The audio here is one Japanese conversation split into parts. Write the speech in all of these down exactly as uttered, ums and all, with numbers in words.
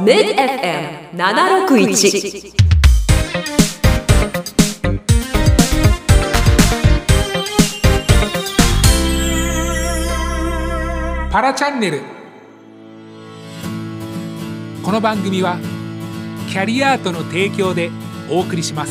メッド エフエムななろくいち。 パラチャンネル。この番組はキャリアートの提供でお送りします。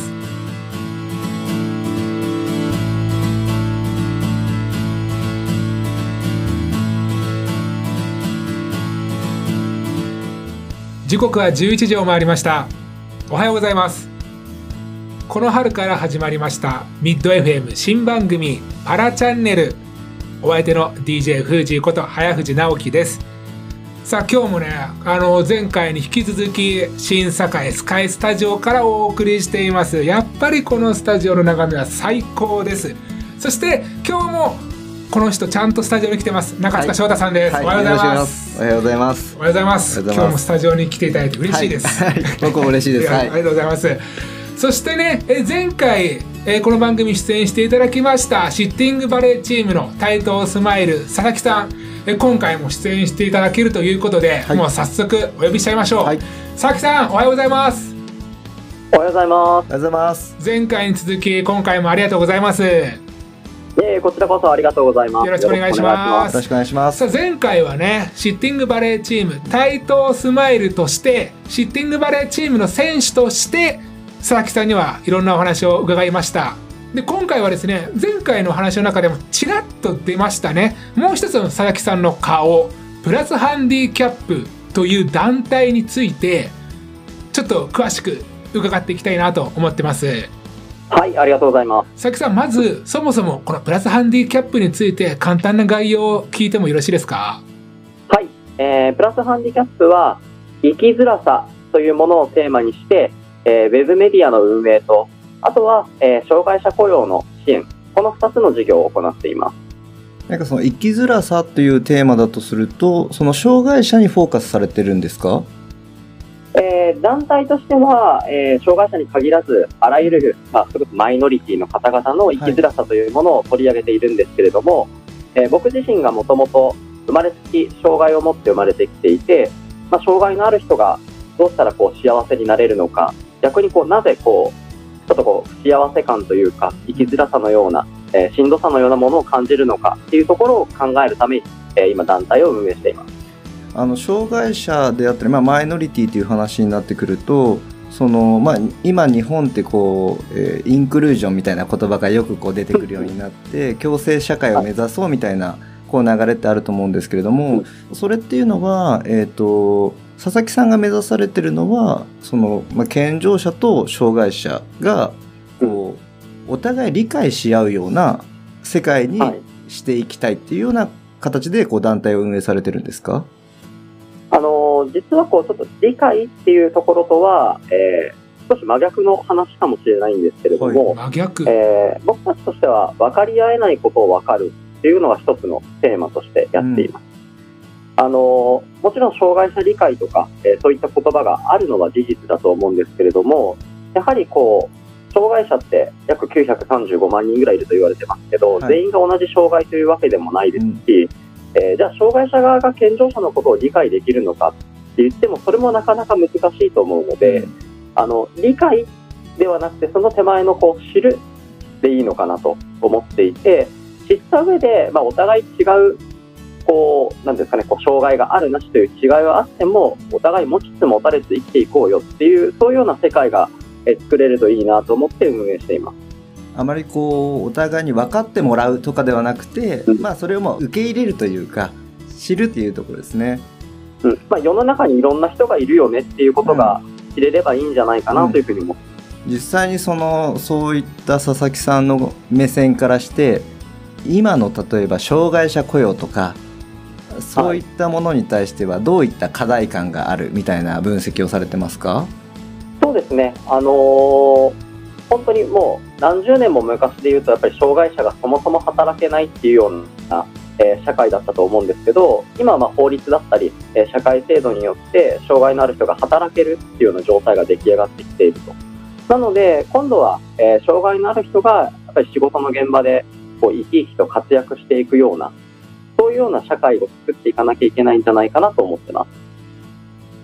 時刻はじゅういちじを回りました。おはようございます。この春から始まりましたミッド エフエム 新番組パラチャンネル。お相手の ディージェー フージーこと早藤直樹です。さあ今日もね、あの前回に引き続き新栄スカイスタジオからお送りしています。やっぱりこのスタジオの眺めは最高です。そして今日もこの人ちゃんとスタジオに来てます。中塚翔太さんです、はい、おはようございます。 おはようございます。 おはようございます。今日もスタジオに来ていただいて嬉しいです、 はいはい、僕も嬉しいです、 はい、ありがとうございます。そしてね、え前回えこの番組出演していただきましたシッティングバレーチームの台東スマイル佐々木さん、え今回も出演していただけるということで、はい、もう早速お呼びしちゃいましょう、はい、佐々木さんおはようございます。 おはようございます。 おはようございます。 前回に続き今回もありがとうございます。 えー、こちらこそありがとうございます。 よろしくお願いします。 よろしくお願いします。 さあ前回はね、シッティングバレーチーム台東スマイルとしてシッティングバレーチームの選手として佐々木さんにはいろんなお話を伺いました。で今回はですね、前回の話の中でもちらっと出ましたね、もう一つの佐々木さんの顔、プラスハンディキャップという団体についてちょっと詳しく伺っていきたいなと思ってます。 はい、ありがとうございます。 佐々木さん、まずそもそもこのプラスハンディキャップについて簡単な概要を聞いてもよろしいですか？ はい、えー、プラスハンディキャップは生きづらさというものをテーマにして、えー、ウェブメディアの運営と、あとは、えー、障害者雇用の支援、このふたつの事業を行っています。 なんかその生きづらさというテーマだとすると、その障害者にフォーカスされてるんですか？ えー、団体としては、えー、障害者に限らずあらゆる、まあ、それこそマイノリティの方々の生きづらさというものを取り上げているんですけれども、はい、えー、僕自身がもともと生まれつき障害を持って生まれてきていて、まあ、障害のある人がどうしたらこう幸せになれるのか、逆にこうなぜこうちょっとこう不幸せ感というか生きづらさのような、えー、しんどさのようなものを感じるのかっていうところを考えるために、えー、今団体を運営しています。 あの障害者であったり、まあ、マイノリティという話になってくると、その、まあ、今日本ってこう、えー、インクルージョンみたいな言葉がよくこう出てくるようになって共生社会を目指そうみたいなこう流れってあると思うんですけれども、それっていうのは、えーと、佐々木さんが目指されてるのはその、まあ、健常者と障害者がこうお互い理解し合うような世界にしていきたいっていうような形でこう団体を運営されてるんですか？ あの実はこうちょっと理解っていうところとは、えー、少し真逆の話かもしれないんですけれども、 はい、真逆、 えー、僕たちとしては分かり合えないことを分かるっていうのが一つのテーマとしてやっています、うん、あのもちろん障害者理解とか、えー、そういった言葉があるのは事実だと思うんですけれども、やはりこう障害者って約きゅうひゃくさんじゅうごまんにんぐらいいると言われてますけど、はい、全員が同じ障害というわけでもないですし、うんえー、じゃあ障害者側が健常者のことを理解できるのかって言ってもそれもなかなか難しいと思うので、うん、あの理解ではなくてその手前のこう知るでいいのかなと思っていて、知った上で、まあ、お互い違うこうなんですかね、こう障害があるなしという違いはあってもお互い持ちつ持たれつ生きていこうよっていう、そういうような世界が作れるといいなと思って運営しています。 あまりこうお互いに分かってもらうとかではなくて、うん、まあそれをもう受け入れるというか知るっていうところですね、 うんまあ、世の中にいろんな人がいるよねっていうことが知れればいいんじゃないかなというふうに思って、 うん、実際にそのそういった佐々木さんの目線からして今の例えば障害者雇用とかそういったものに対してはどういった課題感があるみたいな分析をされてますか？ そうですね、あのー本当にもう何十年も昔で言うとやっぱり障害者がそもそも働けないっていうような、えー、社会だったと思うんですけど、今はまあ法律だったり、えー、社会制度によって障害のある人が働けるっていうような状態が出来上がってきていると。なので今度は、えー、障害のある人がやっぱり仕事の現場でこう生き生きと活躍していくような、そういうような社会を作っていかなきゃいけないんじゃないかなと思ってます。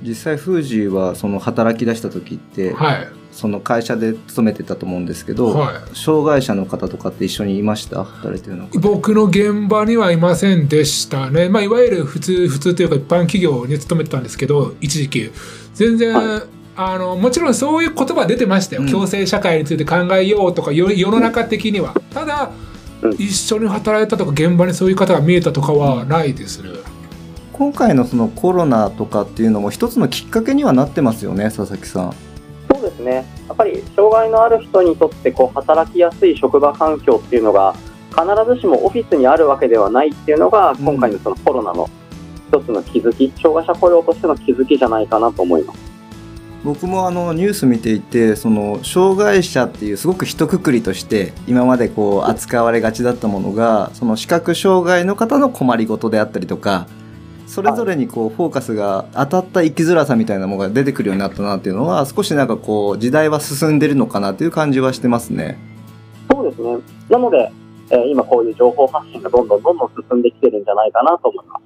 実際フージーはその働き出した時って、 はい、 その会社で勤めてたと思うんですけど、はい、障害者の方とかって一緒にいました？働いてるの？ 僕の現場にはいませんでしたね。まあ、いわゆる普通普通というか一般企業に勤めてたんですけど、一時期全然、はい、あのもちろんそういう言葉出てましたよ、うん、共生社会について考えようとか世の中的には。ただ、うん、一緒に働いたとか現場にそういう方が見えたとかはないですね。 今回のそのコロナとかっていうのも一つのきっかけにはなってますよね、佐々木さん。 そうですね。やっぱり障害のある人にとってこう働きやすい職場環境っていうのが必ずしもオフィスにあるわけではないっていうのが、今回のそのコロナの一つの気づき、障害者雇用としての気づきじゃないかなと思います。 僕もあのニュース見ていて、その障害者っていうすごく一括りとして今までこう扱われがちだったものが、その視覚障害の方の困りごとであったりとか、それぞれにこうフォーカスが当たった生きづらさみたいなものが出てくるようになったなっていうのは、少しなんかこう時代は進んでるのかなという感じはしてますね。 そうですね。なので、えー、今こういう情報発信がどんどんどんどん進んできてるんじゃないかなと思います。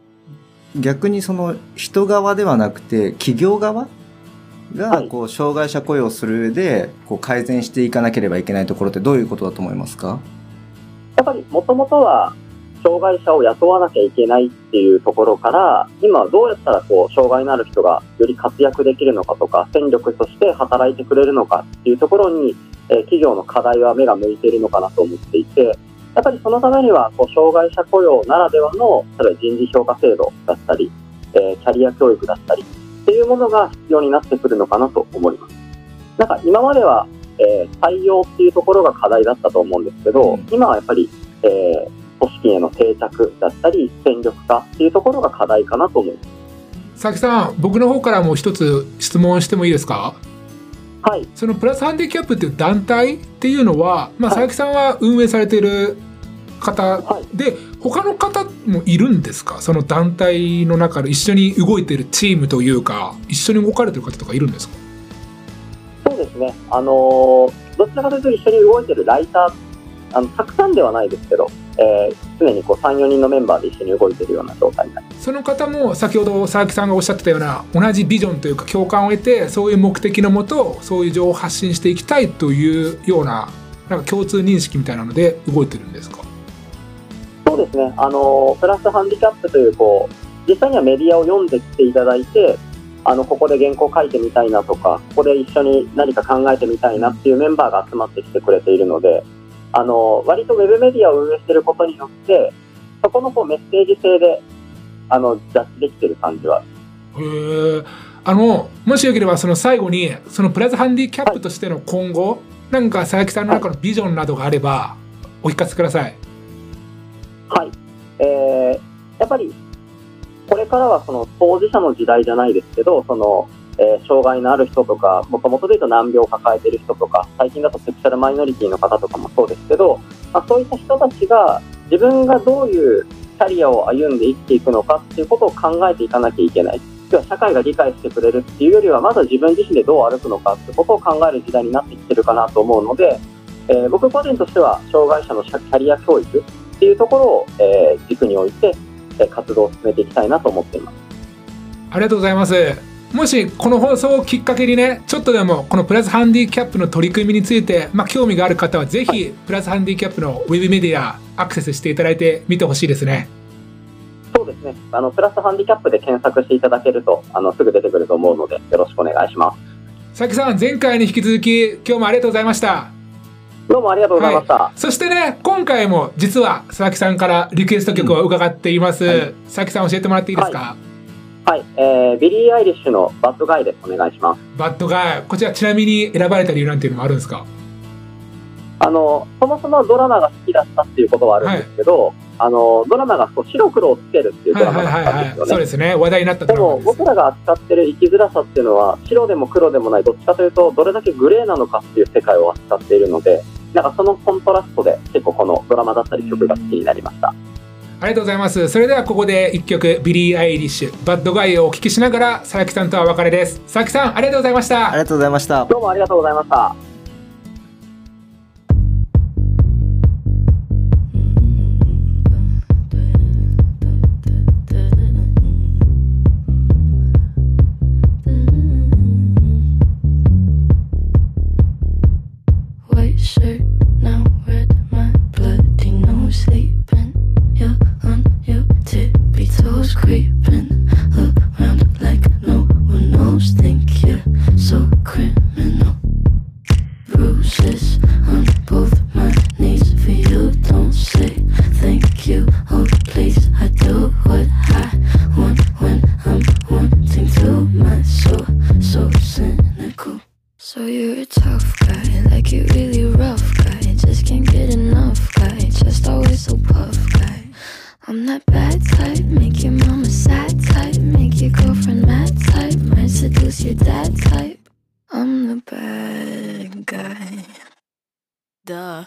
逆にその人側ではなくて企業側がこう障害者雇用する上でこう改善していかなければいけないところってどういうことだと思いますか？ やっぱりもともとは障害者を雇わなきゃいけないっていうところから、今どうやったらこう障害のある人がより活躍できるのかとか、戦力として働いてくれるのかっていうところに、えー、企業の課題は目が向いているのかなと思っていて、やっぱりそのためにはこう障害者雇用ならではの例えば人事評価制度だったり、えー、キャリア教育だったりっていうものが必要になってくるのかなと思います。なんか今までは、えー、採用っていうところが課題だったと思うんですけど、今はやっぱり、えー、組織への定着だったり戦力化っていうところが課題かなと思います。 佐々木さん、僕の方からも一つ質問してもいいですか？ はい。 そのプラスハンディキャップっていう団体っていうのは、まあ、佐々木さんは運営されている方で、はい、他の方もいるんですか？その団体の中で一緒に動いているチームというか、一緒に動かれている方とかいるんですか？ そうですね、あのー、どちらかというと一緒に動いているライター、あのたくさんではないですけど、えー、常にこう さん,よ 人のメンバーで一緒に動いているような状態になります。 その方も先ほど佐々木さんがおっしゃってたような同じビジョンというか共感を得て、そういう目的のもとそういう情報を発信していきたいというような、なんか共通認識みたいなので動いてるんですか？ そうですね、あのプラスハンディキャップという、こう実際にはメディアを読んできていただいて、あのここで原稿書いてみたいなとか、ここで一緒に何か考えてみたいなっていうメンバーが集まってきてくれているので、あの割とウェブメディアを運営していることによって、そこのこうメッセージ性であのジャッジできている感じは。 へー。あのもしよければその最後にそのプラスハンディキャップとしての今後、はい、なんか佐々木さんの中のビジョンなどがあればお聞かせください。 はい、えー、やっぱりこれからはその当事者の時代じゃないですけど、その、えー、障害のある人とか、もともとで言うと難病を抱えている人とか、最近だとセクシャルマイノリティの方とかもそうですけど、まあ、そういった人たちが自分がどういうキャリアを歩んで生きていくのかっていうことを考えていかなきゃいけない。要は社会が理解してくれるっていうよりは、まずは自分自身でどう歩くのかってことを考える時代になってきてるかなと思うので、えー、僕個人としては障害者のキャリア教育っていうところを、えー、軸に置いて、えー、活動を進めていきたいなと思っています。 ありがとうございます。もしこの放送をきっかけにね、ちょっとでもこのプラスハンディキャップの取り組みについて、まあ、興味がある方はぜひ、はい、プラスハンディキャップのウェブメディアアクセスしていただいてみてほしいですね。 そうですね、あのプラスハンディキャップで検索していただけるとあのすぐ出てくると思うので、よろしくお願いします。 佐々木さん、前回に引き続き今日もありがとうございました。 どうもありがとうございました、 はい、そしてね、今回も実は佐々木さんからリクエスト曲を伺っています、うん、はい、佐々木さん教えてもらっていいですか？ はい、はい、えー、ビリー・アイリッシュのバッドガイです。お願いします。 バッドガイ、こちらちなみに選ばれた理由なんていうのもあるんですか？ あのそもそもドラマが好きだったっていうことはあるんですけど、はい、あのドラマがこう白黒をつけるっていうドラマだったんですよね。 そうですね、話題になったドラマです。 でも僕らが扱ってる生きづらさっていうのは白でも黒でもない、どっちかというとどれだけグレーなのかっていう世界を扱っているので、なんかそのコントラストで結構このドラマだったり曲が好きになりました。 ありがとうございます。それではここでいっきょくビリー・アイリッシュバッドガイをお聴きしながら佐々木さんとはお別れです。佐々木さん、ありがとうございました。 ありがとうございました。 どうもありがとうございました。 Cause you're that type. I'm the bad guy. Duh.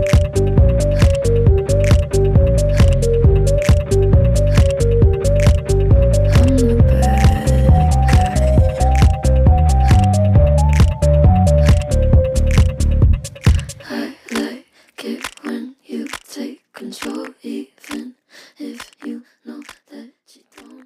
I'm the bad guy. I like it when you take control, even if you know that you don't.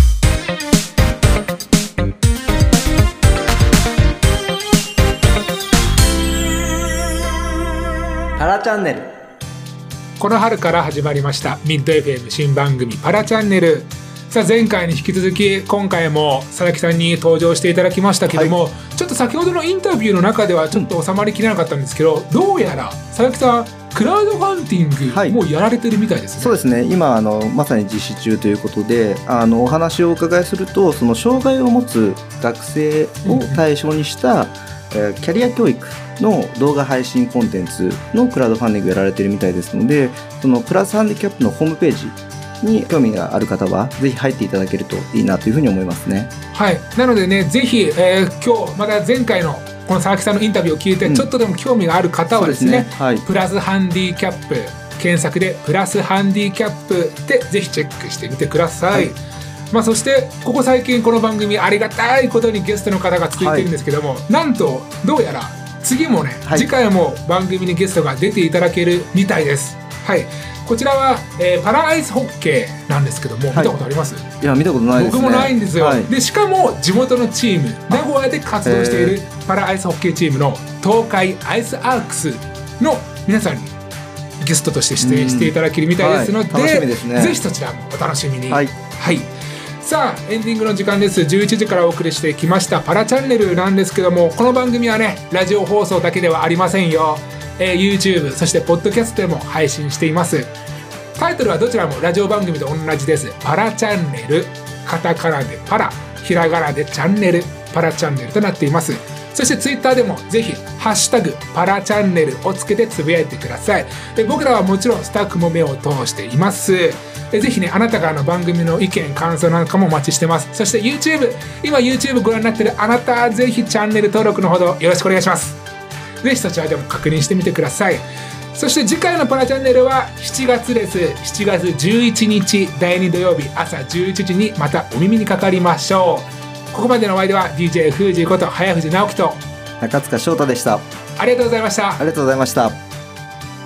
パラチャンネル。 この春から始まりましたミッド エフエム 新番組パラチャンネル。さあ前回に引き続き今回も佐々木さんに登場していただきましたけども、はい、ちょっと先ほどのインタビューの中ではちょっと収まりきれなかったんですけど、どうやら佐々木さんクラウドファンディングもうやられてるみたいですね。 はい、そうですね。今あのまさに実施中ということで、あのお話をお伺いすると、その障害を持つ学生を対象にした、うんえー、キャリア教育の動画配信コンテンツのクラウドファンディングやられてるみたいですので、そのプラスハンディキャップのホームページに興味がある方はぜひ入っていただけるといいなというふうに思いますね。 はい。なのでね、ぜひ、えー、今日また前回のこの佐々木さんのインタビューを聞いて、うん、ちょっとでも興味がある方はですね、ですね、はい、プラスハンディキャップ検索でプラスハンディキャップでぜひチェックしてみてください。はい、まあ、そしてここ最近この番組ありがたいことにゲストの方が続いているんですけども、はい、なんとどうやら次もね、はい、次回も番組にゲストが出ていただけるみたいです。はい。こちらは、えー、パラアイスホッケーなんですけども、はい、見たことあります？ いや見たことないですね。 僕もないんですよ。はい、でしかも地元のチーム名古屋で活動しているパラアイスホッケーチームの東海アイスアークスの皆さんにゲストとして出演していただけるみたいですので、はい、楽しみですね。ぜひそちらもお楽しみに。はい、はい、さあエンディングの時間です。じゅういちじからお送りしてきましたパラチャンネルなんですけども、この番組はねラジオ放送だけではありませんよ。えー、YouTube そしてポッドキャストでも配信しています。タイトルはどちらもラジオ番組と同じです。パラチャンネル、カタカナでパラ、ひらがなでチャンネル、パラチャンネルとなっています。そしてツイッターでもぜひハッシュタグパラチャンネルをつけてつぶやいてください。で僕らはもちろんスタッフも目を通しています。ぜひねあなたからの番組の意見感想なんかもお待ちしてます。そして YouTube 今 YouTube ご覧になっているあなたぜひチャンネル登録のほどよろしくお願いします。ぜひそちらでも確認してみてください。そして次回のパラチャンネルはしちがつです。しちがつじゅういちにちだいに土曜日朝じゅういちじにまたお耳にかかりましょう。ここまでのお相手は ディージェー フージーこと早藤直樹と中塚翔太でした。 ありがとうございました。 ありがとうございました。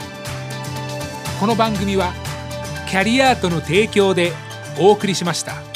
この番組はキャリアートの提供でお送りしました。